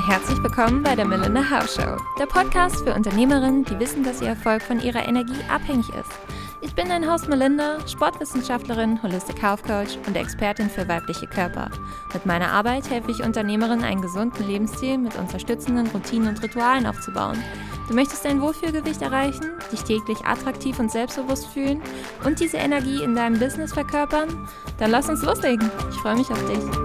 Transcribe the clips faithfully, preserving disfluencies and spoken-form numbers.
herzlich willkommen bei der Melinda House Show, der Podcast für Unternehmerinnen, die wissen, dass ihr Erfolg von ihrer Energie abhängig ist. Ich bin dein Host Melinda, Sportwissenschaftlerin, Holistic Health Coach und Expertin für weibliche Körper. Mit meiner Arbeit helfe ich Unternehmerinnen, einen gesunden Lebensstil mit unterstützenden Routinen und Ritualen aufzubauen. Du möchtest dein Wohlfühlgewicht erreichen, dich täglich attraktiv und selbstbewusst fühlen und diese Energie in deinem Business verkörpern? Dann lass uns loslegen. Ich freue mich auf dich.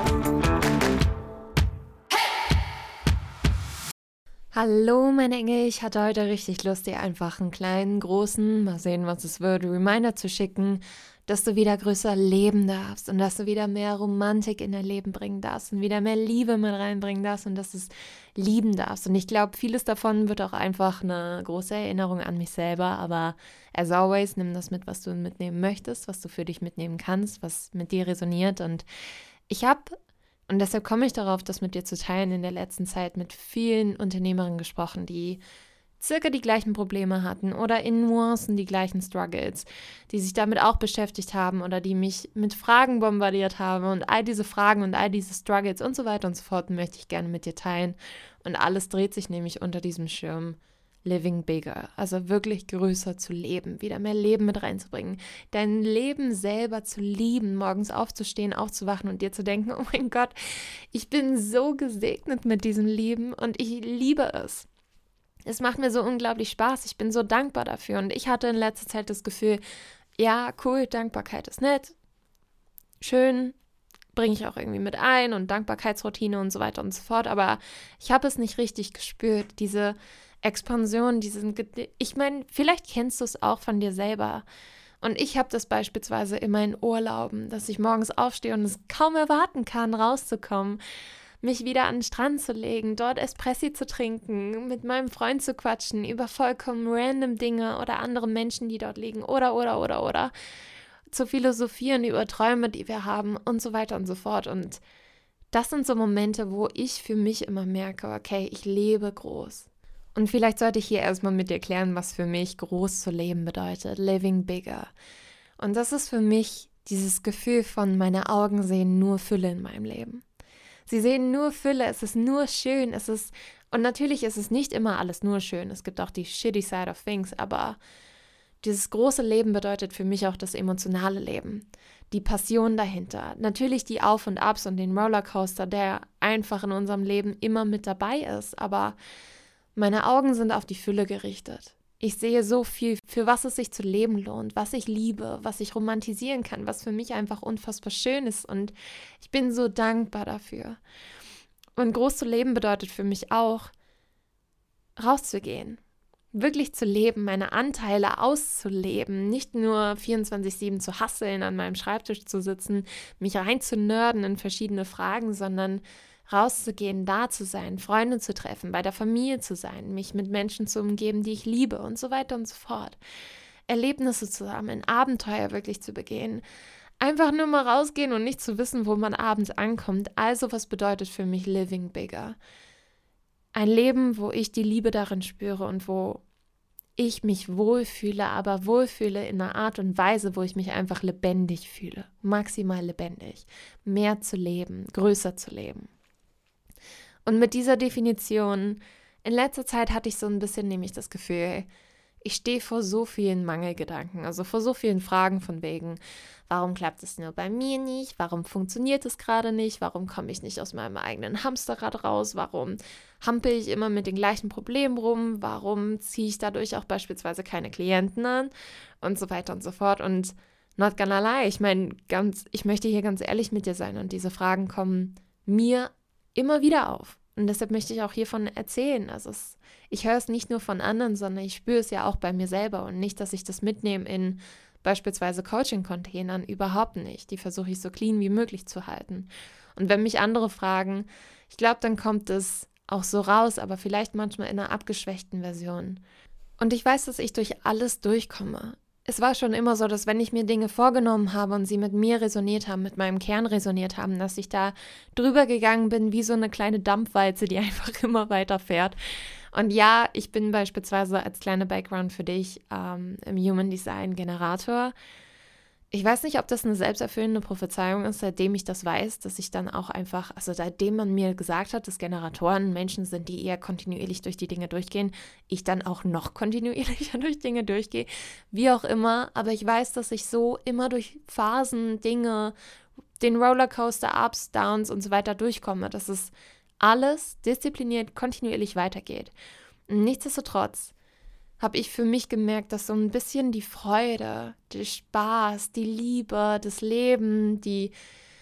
Hallo meine Engel, ich hatte heute richtig Lust, dir einfach einen kleinen, großen, mal sehen, was es wird, Reminder zu schicken, dass du wieder größer leben darfst und dass du wieder mehr Romantik in dein Leben bringen darfst und wieder mehr Liebe mit reinbringen darfst und dass du es lieben darfst. Und ich glaube, vieles davon wird auch einfach eine große Erinnerung an mich selber, aber as always, nimm das mit, was du mitnehmen möchtest, was du für dich mitnehmen kannst, was mit dir resoniert. Und ich habe Und deshalb komme ich darauf, das mit dir zu teilen, in der letzten Zeit mit vielen Unternehmerinnen gesprochen, die circa die gleichen Probleme hatten oder in Nuancen die gleichen Struggles, die sich damit auch beschäftigt haben oder die mich mit Fragen bombardiert haben. Und all diese Fragen und all diese Struggles und so weiter und so fort möchte ich gerne mit dir teilen. Und alles dreht sich nämlich unter diesem Schirm Living Bigger, also wirklich größer zu leben, wieder mehr Leben mit reinzubringen, dein Leben selber zu lieben, morgens aufzustehen, aufzuwachen und dir zu denken, oh mein Gott, ich bin so gesegnet mit diesem Leben und ich liebe es. Es macht mir so unglaublich Spaß, ich bin so dankbar dafür und ich hatte in letzter Zeit das Gefühl, ja, cool, Dankbarkeit ist nett, schön, bringe ich auch irgendwie mit ein und Dankbarkeitsroutine und so weiter und so fort, aber ich habe es nicht richtig gespürt, diese Expansion, diesen, ich meine, vielleicht kennst du es auch von dir selber und ich habe das beispielsweise in meinen Urlauben, dass ich morgens aufstehe und es kaum erwarten kann, rauszukommen, mich wieder an den Strand zu legen, dort Espressi zu trinken, mit meinem Freund zu quatschen über vollkommen random Dinge oder andere Menschen, die dort liegen oder, oder, oder, oder, zu philosophieren über Träume, die wir haben und so weiter und so fort. Und das sind so Momente, wo ich für mich immer merke, okay, ich lebe groß. Und vielleicht sollte ich hier erstmal mit dir klären, was für mich groß zu leben bedeutet, living bigger. Und das ist für mich dieses Gefühl von, meine Augen sehen nur Fülle in meinem Leben. Sie sehen nur Fülle, es ist nur schön, es ist, und natürlich ist es nicht immer alles nur schön, es gibt auch die shitty side of things, aber dieses große Leben bedeutet für mich auch das emotionale Leben, die Passion dahinter, natürlich die Auf und Abs und den Rollercoaster, der einfach in unserem Leben immer mit dabei ist, aber meine Augen sind auf die Fülle gerichtet. Ich sehe so viel, für was es sich zu leben lohnt, was ich liebe, was ich romantisieren kann, was für mich einfach unfassbar schön ist und ich bin so dankbar dafür. Und groß zu leben bedeutet für mich auch, rauszugehen, wirklich zu leben, meine Anteile auszuleben, nicht nur vierundzwanzig sieben zu hustlen, an meinem Schreibtisch zu sitzen, mich reinzunörden in verschiedene Fragen, sondern rauszugehen, da zu sein, Freunde zu treffen, bei der Familie zu sein, mich mit Menschen zu umgeben, die ich liebe und so weiter und so fort. Erlebnisse zu sammeln, Abenteuer wirklich zu begehen. Einfach nur mal rausgehen und nicht zu wissen, wo man abends ankommt. Also was bedeutet für mich Living Bigger? Ein Leben, wo ich die Liebe darin spüre und wo ich mich wohlfühle, aber wohlfühle in einer Art und Weise, wo ich mich einfach lebendig fühle. Maximal lebendig. Mehr zu leben, größer zu leben. Und mit dieser Definition, in letzter Zeit hatte ich so ein bisschen nämlich das Gefühl, ich stehe vor so vielen Mangelgedanken, also vor so vielen Fragen von wegen, warum klappt es nur bei mir nicht, warum funktioniert es gerade nicht, warum komme ich nicht aus meinem eigenen Hamsterrad raus, warum hampel ich immer mit den gleichen Problemen rum, warum ziehe ich dadurch auch beispielsweise keine Klienten an und so weiter und so fort. Und not gonna lie, ich meine, ganz, ich möchte hier ganz ehrlich mit dir sein und diese Fragen kommen mir immer wieder auf. Und deshalb möchte ich auch hiervon erzählen. Also es, ich höre es nicht nur von anderen, sondern ich spüre es ja auch bei mir selber. Und nicht, dass ich das mitnehme in beispielsweise Coaching-Containern, überhaupt nicht. Die versuche ich so clean wie möglich zu halten. Und wenn mich andere fragen, ich glaube, dann kommt es auch so raus, aber vielleicht manchmal in einer abgeschwächten Version. Und ich weiß, dass ich durch alles durchkomme. Es war schon immer so, dass wenn ich mir Dinge vorgenommen habe und sie mit mir resoniert haben, mit meinem Kern resoniert haben, dass ich da drüber gegangen bin wie so eine kleine Dampfwalze, die einfach immer weiter fährt. Und ja, ich bin beispielsweise als kleiner Background für dich ähm, im Human Design Generator. Ich weiß nicht, ob das eine selbsterfüllende Prophezeiung ist, seitdem ich das weiß, dass ich dann auch einfach, also seitdem man mir gesagt hat, dass Generatoren Menschen sind, die eher kontinuierlich durch die Dinge durchgehen, ich dann auch noch kontinuierlicher durch Dinge durchgehe, wie auch immer. Aber ich weiß, dass ich so immer durch Phasen, Dinge, den Rollercoaster, Ups, Downs und so weiter durchkomme, dass es alles diszipliniert, kontinuierlich weitergeht. Und nichtsdestotrotz habe ich für mich gemerkt, dass so ein bisschen die Freude, der Spaß, die Liebe, das Leben, die,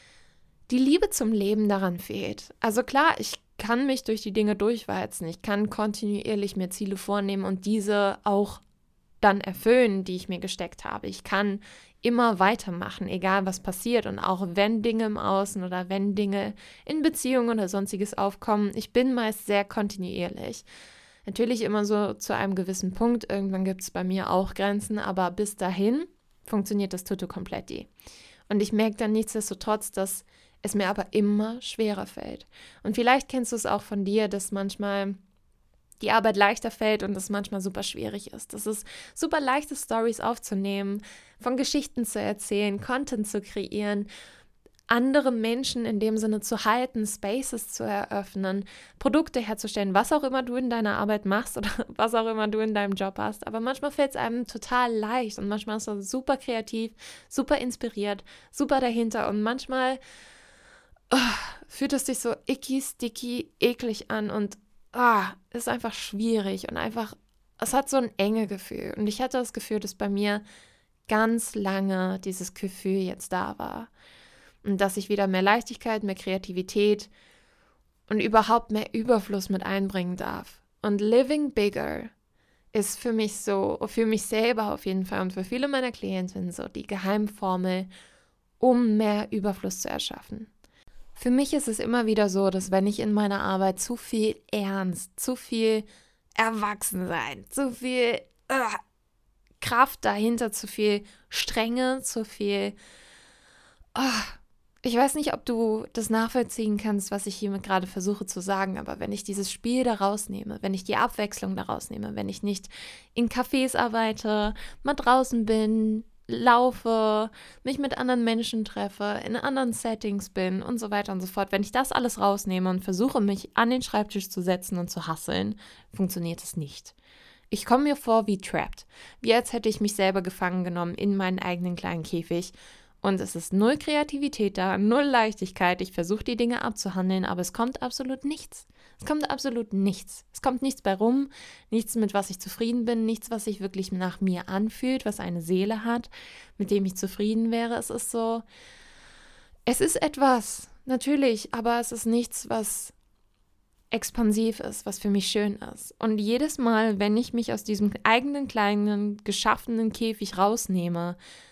die Liebe zum Leben daran fehlt. Also klar, ich kann mich durch die Dinge durchwalzen, ich kann kontinuierlich mir Ziele vornehmen und diese auch dann erfüllen, die ich mir gesteckt habe. Ich kann immer weitermachen, egal was passiert und auch wenn Dinge im Außen oder wenn Dinge in Beziehungen oder sonstiges aufkommen, ich bin meist sehr kontinuierlich. Natürlich immer so zu einem gewissen Punkt. Irgendwann gibt es bei mir auch Grenzen, aber bis dahin funktioniert das Tutto Completi. Und ich merke dann nichtsdestotrotz, dass es mir aber immer schwerer fällt. Und vielleicht kennst du es auch von dir, dass manchmal die Arbeit leichter fällt und es manchmal super schwierig ist. Das ist super leicht, Stories aufzunehmen, von Geschichten zu erzählen, Content zu kreieren, andere Menschen in dem Sinne zu halten, Spaces zu eröffnen, Produkte herzustellen, was auch immer du in deiner Arbeit machst oder was auch immer du in deinem Job hast. Aber manchmal fällt es einem total leicht und manchmal ist man super kreativ, super inspiriert, super dahinter und manchmal oh, fühlt es sich so icky, sticky, eklig an und oh, ist einfach schwierig und einfach, es hat so ein enge Gefühl. Und ich hatte das Gefühl, dass bei mir ganz lange dieses Gefühl jetzt da war. Und dass ich wieder mehr Leichtigkeit, mehr Kreativität und überhaupt mehr Überfluss mit einbringen darf. Und Living Bigger ist für mich so, für mich selber auf jeden Fall und für viele meiner Klientinnen so die Geheimformel, um mehr Überfluss zu erschaffen. Für mich ist es immer wieder so, dass wenn ich in meiner Arbeit zu viel Ernst, zu viel Erwachsensein, zu viel uh, Kraft dahinter, zu viel Strenge, zu viel oh, ich weiß nicht, ob du das nachvollziehen kannst, was ich hiermit gerade versuche zu sagen, aber wenn ich dieses Spiel da rausnehme, wenn ich die Abwechslung da rausnehme, wenn ich nicht in Cafés arbeite, mal draußen bin, laufe, mich mit anderen Menschen treffe, in anderen Settings bin und so weiter und so fort, wenn ich das alles rausnehme und versuche, mich an den Schreibtisch zu setzen und zu hustlen, funktioniert es nicht. Ich komme mir vor wie trapped, wie als hätte ich mich selber gefangen genommen in meinen eigenen kleinen Käfig. Und es ist null Kreativität da, null Leichtigkeit. Ich versuche die Dinge abzuhandeln, aber es kommt absolut nichts. Es kommt absolut nichts. Es kommt nichts bei rum, nichts, mit was ich zufrieden bin, nichts, was sich wirklich nach mir anfühlt, was eine Seele hat, mit dem ich zufrieden wäre. Es ist so, es ist etwas, natürlich, aber es ist nichts, was expansiv ist, was für mich schön ist. Und jedes Mal, wenn ich mich aus diesem eigenen kleinen, geschaffenen Käfig rausnehme,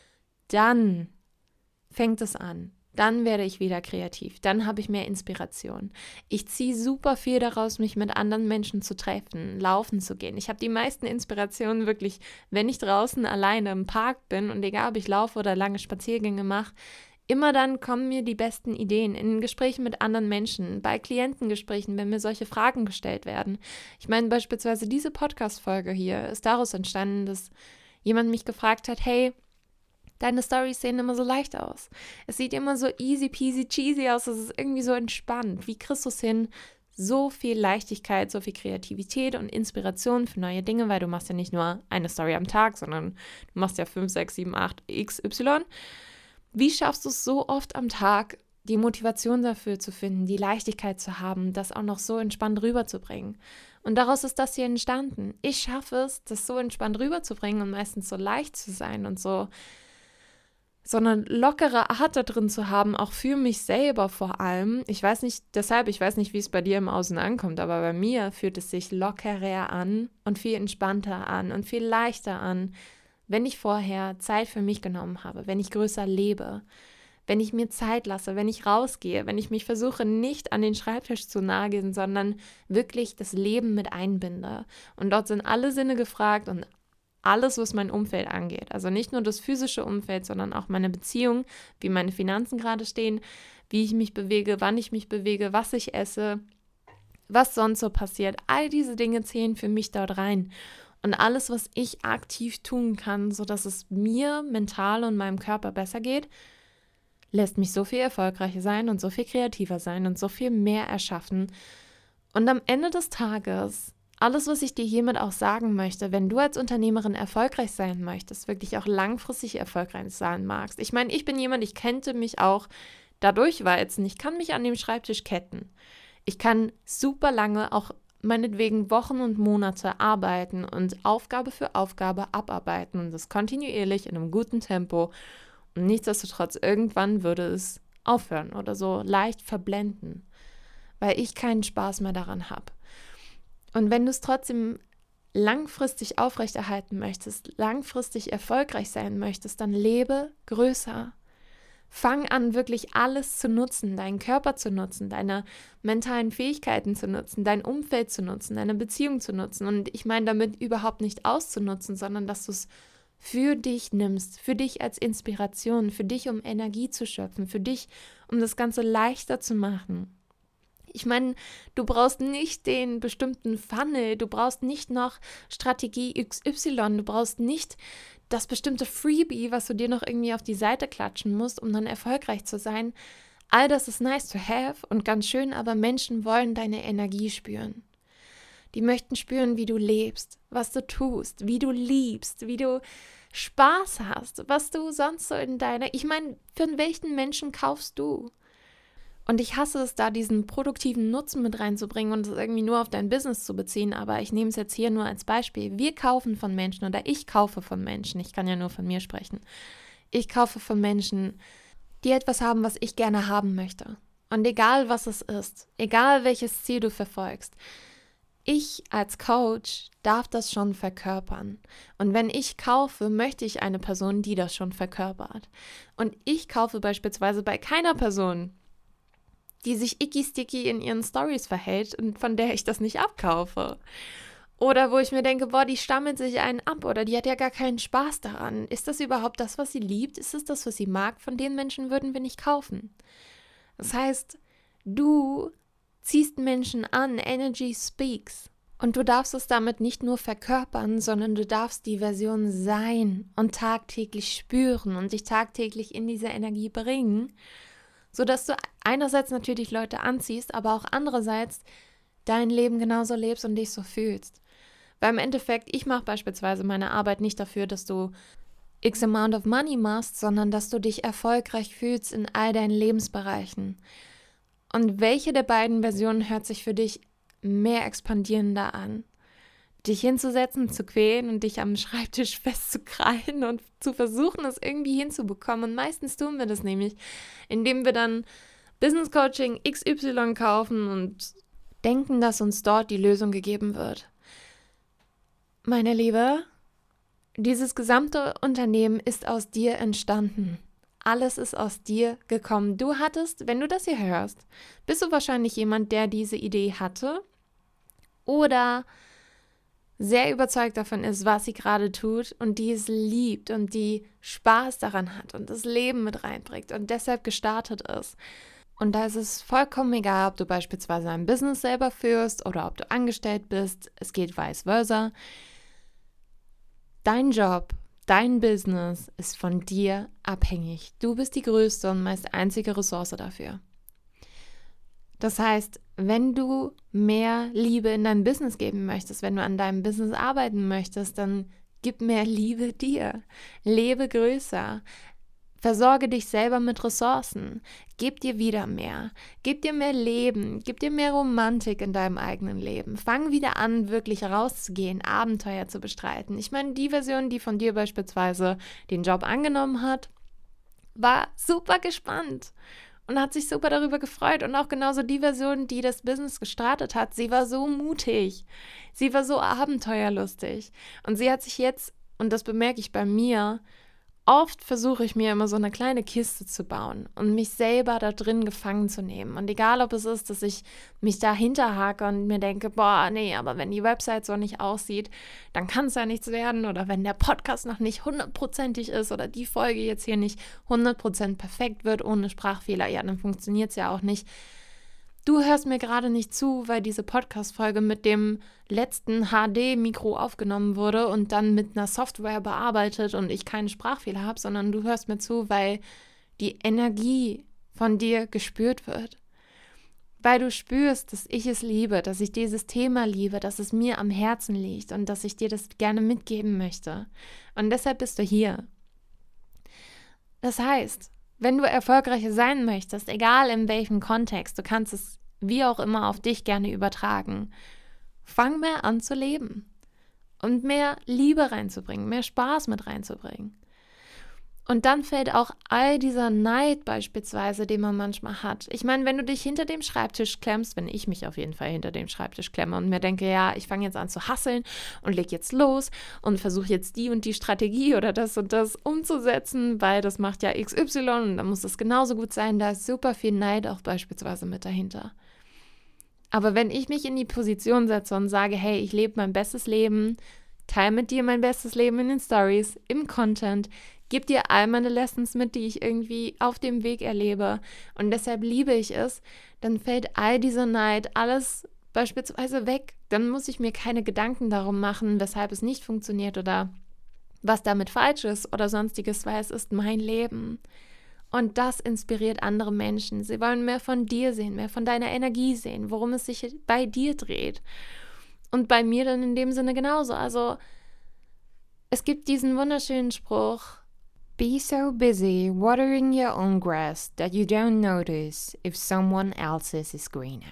dann fängt es an. Dann werde ich wieder kreativ. Dann habe ich mehr Inspiration. Ich ziehe super viel daraus, mich mit anderen Menschen zu treffen, laufen zu gehen. Ich habe die meisten Inspirationen wirklich, wenn ich draußen alleine im Park bin und egal, ob ich laufe oder lange Spaziergänge mache, immer dann kommen mir die besten Ideen in Gesprächen mit anderen Menschen, bei Klientengesprächen, wenn mir solche Fragen gestellt werden. Ich meine beispielsweise diese Podcast-Folge hier ist daraus entstanden, dass jemand mich gefragt hat, hey, deine Storys sehen immer so leicht aus. Es sieht immer so easy peasy cheesy aus, es ist irgendwie so entspannt. Wie kriegst du es hin, so viel Leichtigkeit, so viel Kreativität und Inspiration für neue Dinge, weil du machst ja nicht nur eine Story am Tag, sondern du machst ja fünf, sechs, sieben, acht X Y. Wie schaffst du es so oft am Tag, die Motivation dafür zu finden, die Leichtigkeit zu haben, das auch noch so entspannt rüberzubringen? Und daraus ist das hier entstanden. Ich schaffe es, das so entspannt rüberzubringen und meistens so leicht zu sein und so so eine lockere Art da drin zu haben, auch für mich selber vor allem. Ich weiß nicht, deshalb, ich weiß nicht, wie es bei dir im Außen ankommt, aber bei mir fühlt es sich lockerer an und viel entspannter an und viel leichter an, wenn ich vorher Zeit für mich genommen habe, wenn ich größer lebe, wenn ich mir Zeit lasse, wenn ich rausgehe, wenn ich mich versuche, nicht an den Schreibtisch zu nageln, sondern wirklich das Leben mit einbinde. Und dort sind alle Sinne gefragt und alles, was mein Umfeld angeht. Also nicht nur das physische Umfeld, sondern auch meine Beziehung, wie meine Finanzen gerade stehen, wie ich mich bewege, wann ich mich bewege, was ich esse, was sonst so passiert. All diese Dinge zählen für mich dort rein. Und alles, was ich aktiv tun kann, sodass es mir mental und meinem Körper besser geht, lässt mich so viel erfolgreicher sein und so viel kreativer sein und so viel mehr erschaffen. Und am Ende des Tages, alles, was ich dir hiermit auch sagen möchte, wenn du als Unternehmerin erfolgreich sein möchtest, wirklich auch langfristig erfolgreich sein magst. Ich meine, ich bin jemand, ich kannte mich auch dadurch walzen. Ich kann mich an dem Schreibtisch ketten. Ich kann super lange, auch meinetwegen Wochen und Monate arbeiten und Aufgabe für Aufgabe abarbeiten und das kontinuierlich in einem guten Tempo. Und nichtsdestotrotz, irgendwann würde es aufhören oder so leicht verblenden, weil ich keinen Spaß mehr daran habe. Und wenn du es trotzdem langfristig aufrechterhalten möchtest, langfristig erfolgreich sein möchtest, dann lebe größer. Fang an, wirklich alles zu nutzen, deinen Körper zu nutzen, deine mentalen Fähigkeiten zu nutzen, dein Umfeld zu nutzen, deine Beziehung zu nutzen. Und ich meine damit überhaupt nicht auszunutzen, sondern dass du es für dich nimmst, für dich als Inspiration, für dich, um Energie zu schöpfen, für dich, um das Ganze leichter zu machen. Ich meine, du brauchst nicht den bestimmten Funnel, du brauchst nicht noch Strategie X Y, du brauchst nicht das bestimmte Freebie, was du dir noch irgendwie auf die Seite klatschen musst, um dann erfolgreich zu sein. All das ist nice to have und ganz schön, aber Menschen wollen deine Energie spüren. Die möchten spüren, wie du lebst, was du tust, wie du liebst, wie du Spaß hast, was du sonst so in deiner... Ich meine, für welchen Menschen kaufst du? Und ich hasse es, da diesen produktiven Nutzen mit reinzubringen und es irgendwie nur auf dein Business zu beziehen, aber ich nehme es jetzt hier nur als Beispiel. Wir kaufen von Menschen oder ich kaufe von Menschen, ich kann ja nur von mir sprechen. Ich kaufe von Menschen, die etwas haben, was ich gerne haben möchte. Und egal, was es ist, egal, welches Ziel du verfolgst, ich als Coach darf das schon verkörpern. Und wenn ich kaufe, möchte ich eine Person, die das schon verkörpert. Und ich kaufe beispielsweise bei keiner Person, die sich icky-sticky in ihren Stories verhält und von der ich das nicht abkaufe. Oder wo ich mir denke, boah, die stammelt sich einen ab oder die hat ja gar keinen Spaß daran. Ist das überhaupt das, was sie liebt? Ist es das, was sie mag? Von den Menschen würden wir nicht kaufen. Das heißt, du ziehst Menschen an, Energy speaks. Und du darfst es damit nicht nur verkörpern, sondern du darfst die Version sein und tagtäglich spüren und dich tagtäglich in diese Energie bringen, sodass du einerseits natürlich Leute anziehst, aber auch andererseits dein Leben genauso lebst und dich so fühlst. Weil im Endeffekt, ich mache beispielsweise meine Arbeit nicht dafür, dass du X amount of money machst, sondern dass du dich erfolgreich fühlst in all deinen Lebensbereichen. Und welche der beiden Versionen hört sich für dich mehr expandierender an? Dich hinzusetzen, zu quälen und dich am Schreibtisch festzukrallen und zu versuchen, es irgendwie hinzubekommen. Und meistens tun wir das nämlich, indem wir dann Business Coaching X Y kaufen und denken, dass uns dort die Lösung gegeben wird. Meine Liebe, dieses gesamte Unternehmen ist aus dir entstanden. Alles ist aus dir gekommen. Du hattest, wenn du das hier hörst, bist du wahrscheinlich jemand, der diese Idee hatte oder sehr überzeugt davon ist, was sie gerade tut und die es liebt und die Spaß daran hat und das Leben mit reinbringt und deshalb gestartet ist. Und da ist es vollkommen egal, ob du beispielsweise ein Business selber führst oder ob du angestellt bist. Es geht vice versa. Dein Job, dein Business ist von dir abhängig. Du bist die größte und meist einzige Ressource dafür. Das heißt, wenn du mehr Liebe in dein Business geben möchtest, wenn du an deinem Business arbeiten möchtest, dann gib mehr Liebe dir. Lebe größer. Versorge dich selber mit Ressourcen. Gib dir wieder mehr. Gib dir mehr Leben. Gib dir mehr Romantik in deinem eigenen Leben. Fang wieder an, wirklich rauszugehen, Abenteuer zu bestreiten. Ich meine, die Version, die von dir beispielsweise den Job angenommen hat, war super gespannt. Und hat sich super darüber gefreut. Und auch genauso die Version, die das Business gestartet hat, sie war so mutig. Sie war so abenteuerlustig. Und sie hat sich jetzt, und das bemerke ich bei mir, oft versuche ich mir immer so eine kleine Kiste zu bauen und mich selber da drin gefangen zu nehmen. Und egal, ob es ist, dass ich mich dahinter hake und mir denke, boah, nee, aber wenn die Website so nicht aussieht, dann kann es ja nichts werden. Oder wenn der Podcast noch nicht hundertprozentig ist oder die Folge jetzt hier nicht hundert Prozent perfekt wird ohne Sprachfehler, ja, dann funktioniert es ja auch nicht. Du hörst mir gerade nicht zu, weil diese Podcast-Folge mit dem letzten H D-Mikro aufgenommen wurde und dann mit einer Software bearbeitet und ich keinen Sprachfehler habe, sondern du hörst mir zu, weil die Energie von dir gespürt wird. Weil du spürst, dass ich es liebe, dass ich dieses Thema liebe, dass es mir am Herzen liegt und dass ich dir das gerne mitgeben möchte. Und deshalb bist du hier. Das heißt, wenn du erfolgreicher sein möchtest, egal in welchem Kontext, du kannst es wie auch immer auf dich gerne übertragen, fang mehr an zu leben und mehr Liebe reinzubringen, mehr Spaß mit reinzubringen. Und dann fällt auch all dieser Neid beispielsweise, den man manchmal hat. Ich meine, wenn du dich hinter dem Schreibtisch klemmst, wenn ich mich auf jeden Fall hinter dem Schreibtisch klemme und mir denke, ja, ich fange jetzt an zu hasseln und leg jetzt los und versuche jetzt die und die Strategie oder das und das umzusetzen, weil das macht ja X Y und dann muss das genauso gut sein. Da ist super viel Neid auch beispielsweise mit dahinter. Aber wenn ich mich in die Position setze und sage, hey, ich lebe mein bestes Leben, teile mit dir mein bestes Leben in den Stories, im Content, gebe dir all meine Lessons mit, die ich irgendwie auf dem Weg erlebe und deshalb liebe ich es, dann fällt all dieser Neid, alles beispielsweise weg. Dann muss ich mir keine Gedanken darum machen, weshalb es nicht funktioniert oder was damit falsch ist oder sonstiges, weil es ist mein Leben. Und das inspiriert andere Menschen. Sie wollen mehr von dir sehen, mehr von deiner Energie sehen, worum es sich bei dir dreht. Und bei mir dann in dem Sinne genauso. Also es gibt diesen wunderschönen Spruch: Be so busy watering your own grass that you don't notice if someone else's is greener.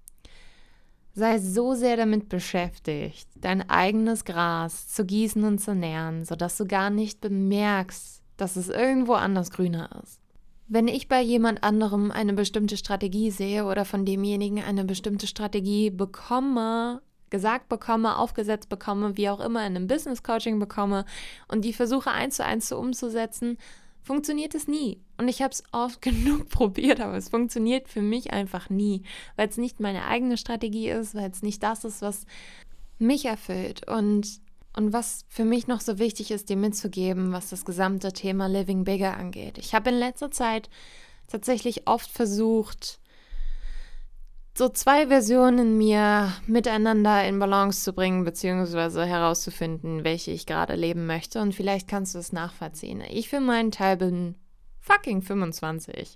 Sei so sehr damit beschäftigt, dein eigenes Gras zu gießen und zu nähren, sodass du gar nicht bemerkst, dass es irgendwo anders grüner ist. Wenn ich bei jemand anderem eine bestimmte Strategie sehe oder von demjenigen eine bestimmte Strategie bekomme, gesagt bekomme, aufgesetzt bekomme, wie auch immer in einem Business-Coaching bekomme und die versuche eins zu eins so umzusetzen, funktioniert es nie. Und ich habe es oft genug probiert, aber es funktioniert für mich einfach nie, weil es nicht meine eigene Strategie ist, weil es nicht das ist, was mich erfüllt. Und, und was für mich noch so wichtig ist, dir mitzugeben, was das gesamte Thema Living Bigger angeht. Ich habe in letzter Zeit tatsächlich oft versucht, so zwei Versionen in mir miteinander in Balance zu bringen, beziehungsweise herauszufinden, welche ich gerade leben möchte. Und vielleicht kannst du es nachvollziehen. Ich für meinen Teil bin fucking fünfundzwanzig.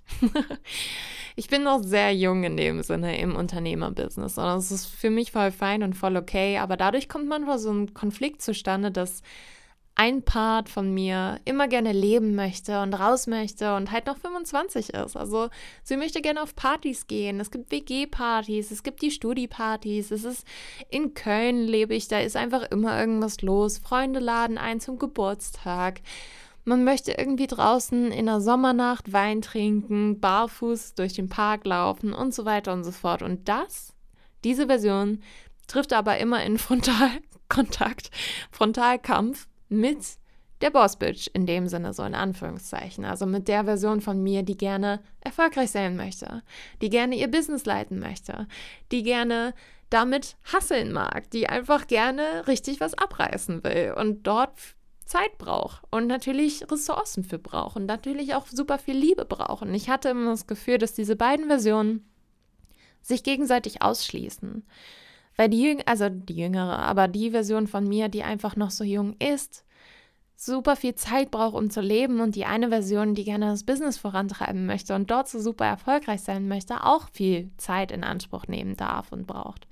Ich bin noch sehr jung in dem Sinne im Unternehmerbusiness. Und das ist für mich voll fein und voll okay. Aber dadurch kommt manchmal so ein Konflikt zustande, dass ein Part von mir immer gerne leben möchte und raus möchte und halt noch fünfundzwanzig ist. Also sie möchte gerne auf Partys gehen. Es gibt W G-Partys, es gibt die Studi-Partys, es ist in Köln lebe ich, da ist einfach immer irgendwas los. Freunde laden ein zum Geburtstag. Man möchte irgendwie draußen in der Sommernacht Wein trinken, barfuß durch den Park laufen und so weiter und so fort. Und das, diese Version, trifft aber immer in Frontalkontakt, Frontalkampf mit der Boss-Bitch in dem Sinne, so in Anführungszeichen. Also mit der Version von mir, die gerne erfolgreich sein möchte, die gerne ihr Business leiten möchte, die gerne damit hustlen mag, die einfach gerne richtig was abreißen will und dort Zeit braucht und natürlich Ressourcen für braucht und natürlich auch super viel Liebe braucht. Und ich hatte immer das Gefühl, dass diese beiden Versionen sich gegenseitig ausschließen. Weil die Jüngere, also die Jüngere, aber die Version von mir, die einfach noch so jung ist, super viel Zeit braucht, um zu leben und die eine Version, die gerne das Business vorantreiben möchte und dort so super erfolgreich sein möchte, auch viel Zeit in Anspruch nehmen darf und braucht.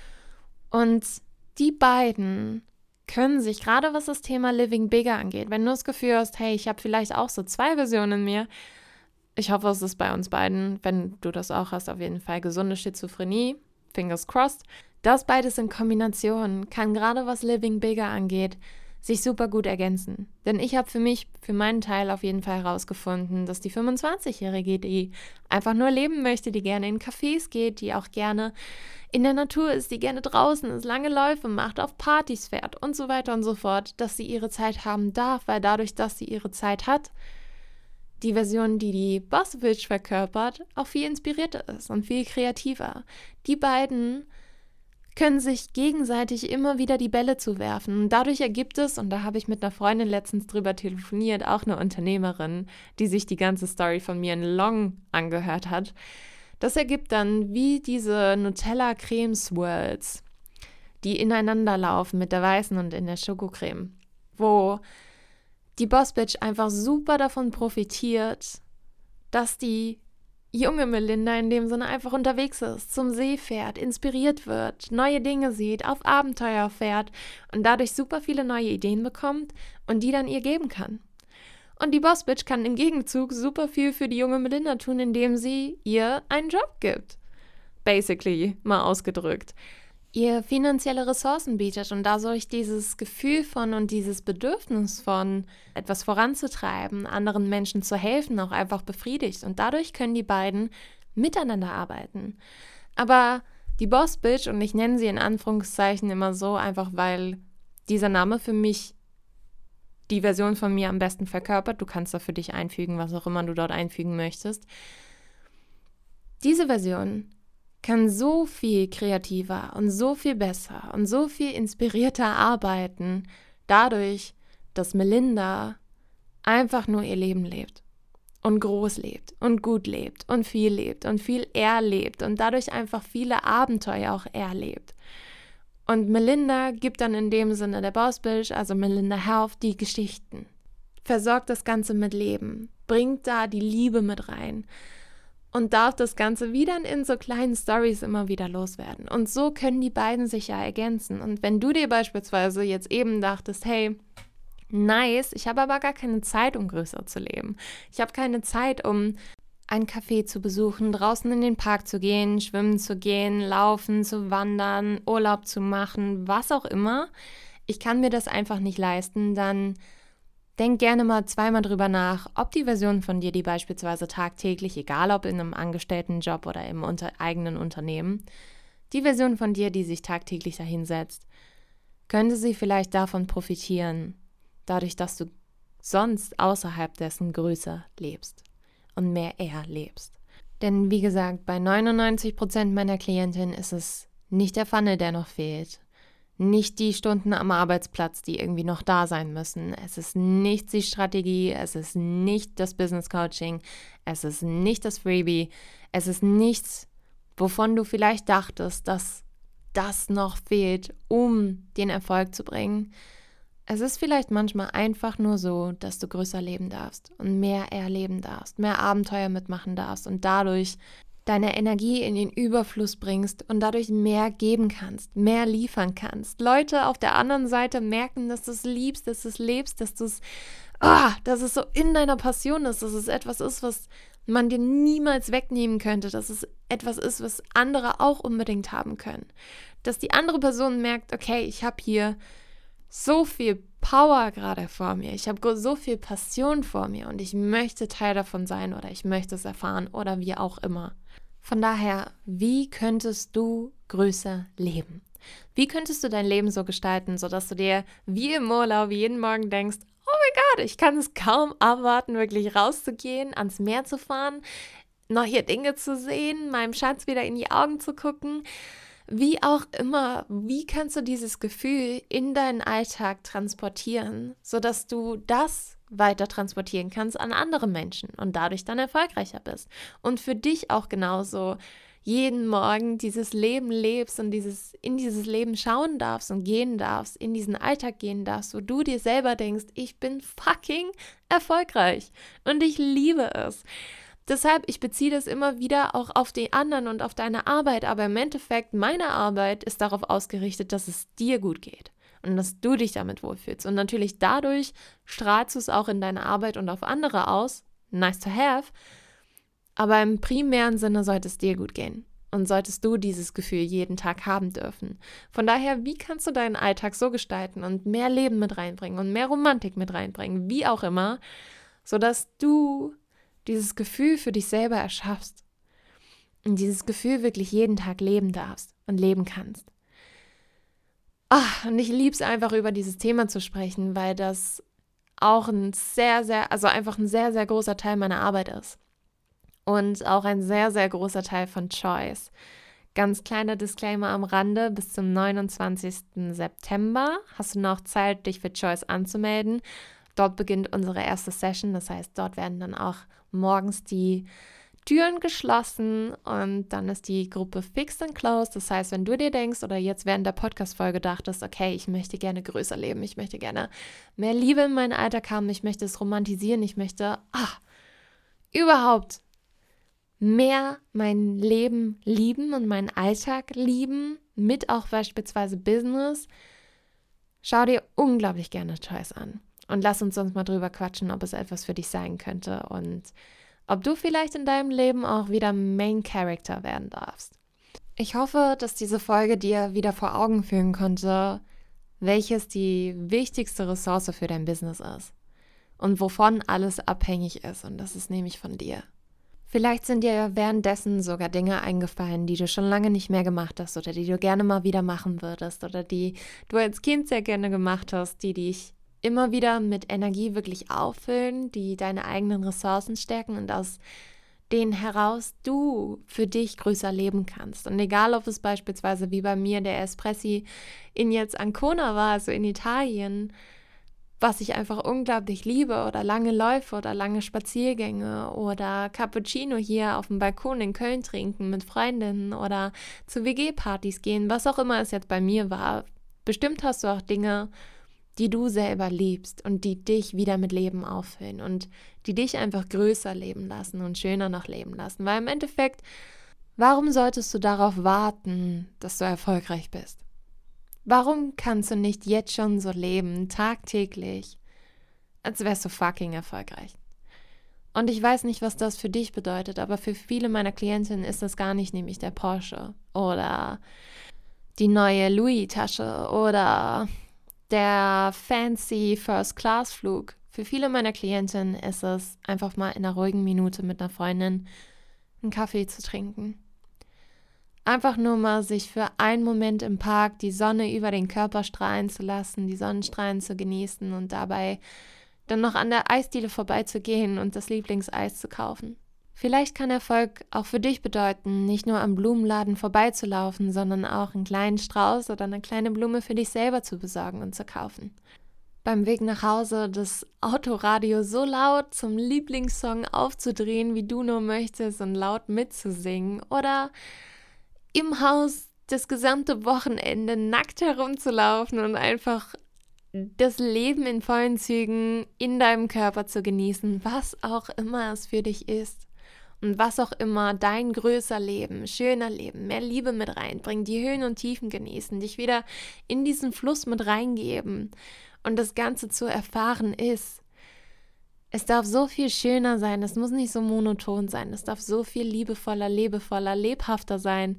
Und die beiden können sich, gerade was das Thema Living Bigger angeht, wenn du das Gefühl hast, hey, ich habe vielleicht auch so zwei Versionen in mir, ich hoffe, es ist bei uns beiden, wenn du das auch hast, auf jeden Fall gesunde Schizophrenie, fingers crossed. Das beides in Kombination kann gerade was Living Bigger angeht, sich super gut ergänzen. Denn ich habe für mich, für meinen Teil auf jeden Fall herausgefunden, dass die fünfundzwanzigjährige, die einfach nur leben möchte, die gerne in Cafés geht, die auch gerne in der Natur ist, die gerne draußen ist, lange Läufe macht, auf Partys fährt und so weiter und so fort, dass sie ihre Zeit haben darf, weil dadurch, dass sie ihre Zeit hat, die Version, die die Boss-Bitch verkörpert, auch viel inspirierter ist und viel kreativer. Die beiden können sich gegenseitig immer wieder die Bälle zuwerfen. Und dadurch ergibt es, und da habe ich mit einer Freundin letztens drüber telefoniert, auch eine Unternehmerin, die sich die ganze Story von mir in Long angehört hat, Das ergibt dann wie diese Nutella-Creme-Swirls, die ineinander laufen mit der weißen und in der Schokocreme, wo die Boss-Bitch einfach super davon profitiert, dass die junge Melinda in dem Sinne einfach unterwegs ist, zum See fährt, inspiriert wird, neue Dinge sieht, auf Abenteuer fährt und dadurch super viele neue Ideen bekommt und die dann ihr geben kann. Und die Boss-Bitch kann im Gegenzug super viel für die junge Melinda tun, indem sie ihr einen Job gibt. Basically, mal ausgedrückt. Ihr finanzielle Ressourcen bietet und dadurch dieses Gefühl von und dieses Bedürfnis von etwas voranzutreiben, anderen Menschen zu helfen, auch einfach befriedigt. Und dadurch können die beiden miteinander arbeiten. Aber die Boss-Bitch, und ich nenne sie in Anführungszeichen immer so, einfach weil dieser Name für mich die Version von mir am besten verkörpert. Du kannst da für dich einfügen, was auch immer du dort einfügen möchtest. Diese Version kann so viel kreativer und so viel besser und so viel inspirierter arbeiten, dadurch, dass Melinda einfach nur ihr Leben lebt und groß lebt und gut lebt und viel lebt und viel erlebt und dadurch einfach viele Abenteuer auch erlebt. Und Melinda gibt dann in dem Sinne der Boss-Bitch, also Melinda Health, die Geschichten, versorgt das Ganze mit Leben, bringt da die Liebe mit rein und darf das Ganze wieder in so kleinen Storys immer wieder loswerden. Und so können die beiden sich ja ergänzen. Und wenn du dir beispielsweise jetzt eben dachtest, hey, nice, ich habe aber gar keine Zeit, um größer zu leben. Ich habe keine Zeit, um ein Café zu besuchen, draußen in den Park zu gehen, schwimmen zu gehen, laufen, zu wandern, Urlaub zu machen, was auch immer. Ich kann mir das einfach nicht leisten, dann denk gerne mal zweimal drüber nach, ob die Version von dir, die beispielsweise tagtäglich, egal ob in einem Angestelltenjob oder im unter eigenen Unternehmen, die Version von dir, die sich tagtäglich dahinsetzt, könnte sie vielleicht davon profitieren, dadurch, dass du sonst außerhalb dessen größer lebst und mehr erlebst. Denn wie gesagt, bei neunundneunzig Prozent meiner Klientinnen ist es nicht der Funnel, der noch fehlt. Nicht die Stunden am Arbeitsplatz, die irgendwie noch da sein müssen. Es ist nicht die Strategie, es ist nicht das Business Coaching, es ist nicht das Freebie, es ist nichts, wovon du vielleicht dachtest, dass das noch fehlt, um den Erfolg zu bringen. Es ist vielleicht manchmal einfach nur so, dass du größer leben darfst und mehr erleben darfst, mehr Abenteuer mitmachen darfst und dadurch deine Energie in den Überfluss bringst und dadurch mehr geben kannst, mehr liefern kannst. Leute auf der anderen Seite merken, dass du es liebst, dass du es lebst, dass du es, ah, dass es so in deiner Passion ist, dass es etwas ist, was man dir niemals wegnehmen könnte, dass es etwas ist, was andere auch unbedingt haben können. Dass die andere Person merkt, okay, ich habe hier so viel Power gerade vor mir, ich habe so viel Passion vor mir und ich möchte Teil davon sein oder ich möchte es erfahren oder wie auch immer. Von daher, wie könntest du größer leben? Wie könntest du dein Leben so gestalten, sodass du dir wie im Urlaub jeden Morgen denkst, oh mein Gott, ich kann es kaum erwarten, wirklich rauszugehen, ans Meer zu fahren, neue Dinge zu sehen, meinem Schatz wieder in die Augen zu gucken. Wie auch immer, wie kannst du dieses Gefühl in deinen Alltag transportieren, sodass du das weiter transportieren kannst an andere Menschen und dadurch dann erfolgreicher bist. Und für dich auch genauso jeden Morgen dieses Leben lebst und dieses in dieses Leben schauen darfst und gehen darfst, in diesen Alltag gehen darfst, wo du dir selber denkst, ich bin fucking erfolgreich und ich liebe es. Deshalb, ich beziehe das immer wieder auch auf die anderen und auf deine Arbeit, aber im Endeffekt, meine Arbeit ist darauf ausgerichtet, dass es dir gut geht und dass du dich damit wohlfühlst. Und natürlich dadurch strahlst du es auch in deiner Arbeit und auf andere aus, nice to have, aber im primären Sinne sollte es dir gut gehen und solltest du dieses Gefühl jeden Tag haben dürfen. Von daher, wie kannst du deinen Alltag so gestalten und mehr Leben mit reinbringen und mehr Romantik mit reinbringen, wie auch immer, sodass du dieses Gefühl für dich selber erschaffst und dieses Gefühl wirklich jeden Tag leben darfst und leben kannst. Ach, und ich liebe es einfach, über dieses Thema zu sprechen, weil das auch ein sehr, sehr, also einfach ein sehr, sehr großer Teil meiner Arbeit ist. Und auch ein sehr, sehr großer Teil von Choice. Ganz kleiner Disclaimer am Rande, bis zum neunundzwanzigsten September hast du noch Zeit, dich für Choice anzumelden. Dort beginnt unsere erste Session, das heißt, dort werden dann auch morgens die Türen geschlossen und dann ist die Gruppe fixed and closed. Das heißt, wenn du dir denkst oder jetzt während der Podcast-Folge dachtest, okay, ich möchte gerne größer leben, ich möchte gerne mehr Liebe in meinen Alltag haben, ich möchte es romantisieren, ich möchte ah, überhaupt mehr mein Leben lieben und meinen Alltag lieben, mit auch beispielsweise Business, schau dir unglaublich gerne Choice an und lass uns sonst mal drüber quatschen, ob es etwas für dich sein könnte und ob du vielleicht in deinem Leben auch wieder Main Character werden darfst. Ich hoffe, dass diese Folge dir wieder vor Augen führen konnte, welches die wichtigste Ressource für dein Business ist und wovon alles abhängig ist, und das ist nämlich von dir. Vielleicht sind dir währenddessen sogar Dinge eingefallen, die du schon lange nicht mehr gemacht hast oder die du gerne mal wieder machen würdest oder die du als Kind sehr gerne gemacht hast, die dich immer wieder mit Energie wirklich auffüllen, die deine eigenen Ressourcen stärken und aus denen heraus du für dich größer leben kannst. Und egal, ob es beispielsweise wie bei mir der Espressi in jetzt Ancona war, also in Italien, was ich einfach unglaublich liebe, oder lange Läufe oder lange Spaziergänge oder Cappuccino hier auf dem Balkon in Köln trinken mit Freundinnen oder zu W G-Partys gehen, was auch immer es jetzt bei mir war. Bestimmt hast du auch Dinge, die du selber liebst und die dich wieder mit Leben auffüllen und die dich einfach größer leben lassen und schöner noch leben lassen. Weil im Endeffekt, warum solltest du darauf warten, dass du erfolgreich bist? Warum kannst du nicht jetzt schon so leben, tagtäglich, als wärst du fucking erfolgreich? Und ich weiß nicht, was das für dich bedeutet, aber für viele meiner Klientinnen ist das gar nicht, nämlich der Porsche oder die neue Louis-Tasche oder der fancy First-Class-Flug. Für viele meiner Klientinnen ist es einfach mal in einer ruhigen Minute mit einer Freundin einen Kaffee zu trinken. Einfach nur mal sich für einen Moment im Park die Sonne über den Körper strahlen zu lassen, die Sonnenstrahlen zu genießen und dabei dann noch an der Eisdiele vorbeizugehen und das Lieblingseis zu kaufen. Vielleicht kann Erfolg auch für dich bedeuten, nicht nur am Blumenladen vorbeizulaufen, sondern auch einen kleinen Strauß oder eine kleine Blume für dich selber zu besorgen und zu kaufen. Beim Weg nach Hause das Autoradio so laut zum Lieblingssong aufzudrehen, wie du nur möchtest, und laut mitzusingen. Oder im Haus das gesamte Wochenende nackt herumzulaufen und einfach das Leben in vollen Zügen in deinem Körper zu genießen, was auch immer es für dich ist. Und was auch immer dein größer Leben, schöner Leben, mehr Liebe mit reinbringt, die Höhen und Tiefen genießen, dich wieder in diesen Fluss mit reingeben und das Ganze zu erfahren ist. Es darf so viel schöner sein, es muss nicht so monoton sein, es darf so viel liebevoller, lebevoller, lebhafter sein,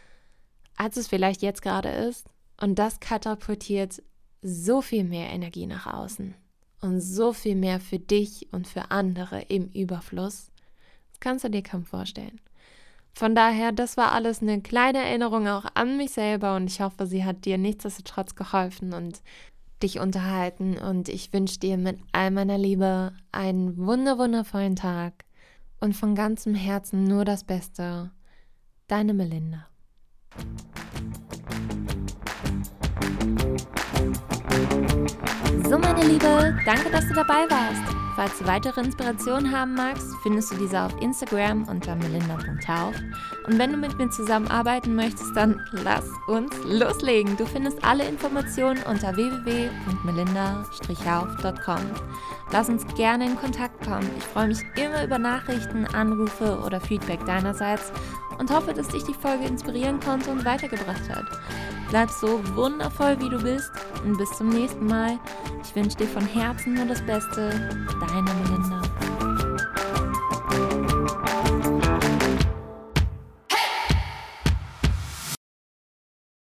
als es vielleicht jetzt gerade ist. Und das katapultiert so viel mehr Energie nach außen und so viel mehr für dich und für andere im Überfluss. Kannst du dir kaum vorstellen. Von daher, das war alles eine kleine Erinnerung auch an mich selber und ich hoffe, sie hat dir nichtsdestotrotz geholfen und dich unterhalten, und ich wünsche dir mit all meiner Liebe einen wunder wundervollen Tag und von ganzem Herzen nur das Beste. Deine Melinda. So, meine Liebe, danke, dass du dabei warst. Falls du weitere Inspirationen haben magst, findest du diese auf Instagram unter melinda punkt tauf. Und wenn du mit mir zusammenarbeiten möchtest, dann lass uns loslegen. Du findest alle Informationen unter w w w punkt melinda tauf punkt com. Lass uns gerne in Kontakt kommen. Ich freue mich immer über Nachrichten, Anrufe oder Feedback deinerseits und hoffe, dass dich die Folge inspirieren konnte und weitergebracht hat. Bleib so wundervoll, wie du bist, und bis zum nächsten Mal. Ich wünsche dir von Herzen nur das Beste. Deine Melinda.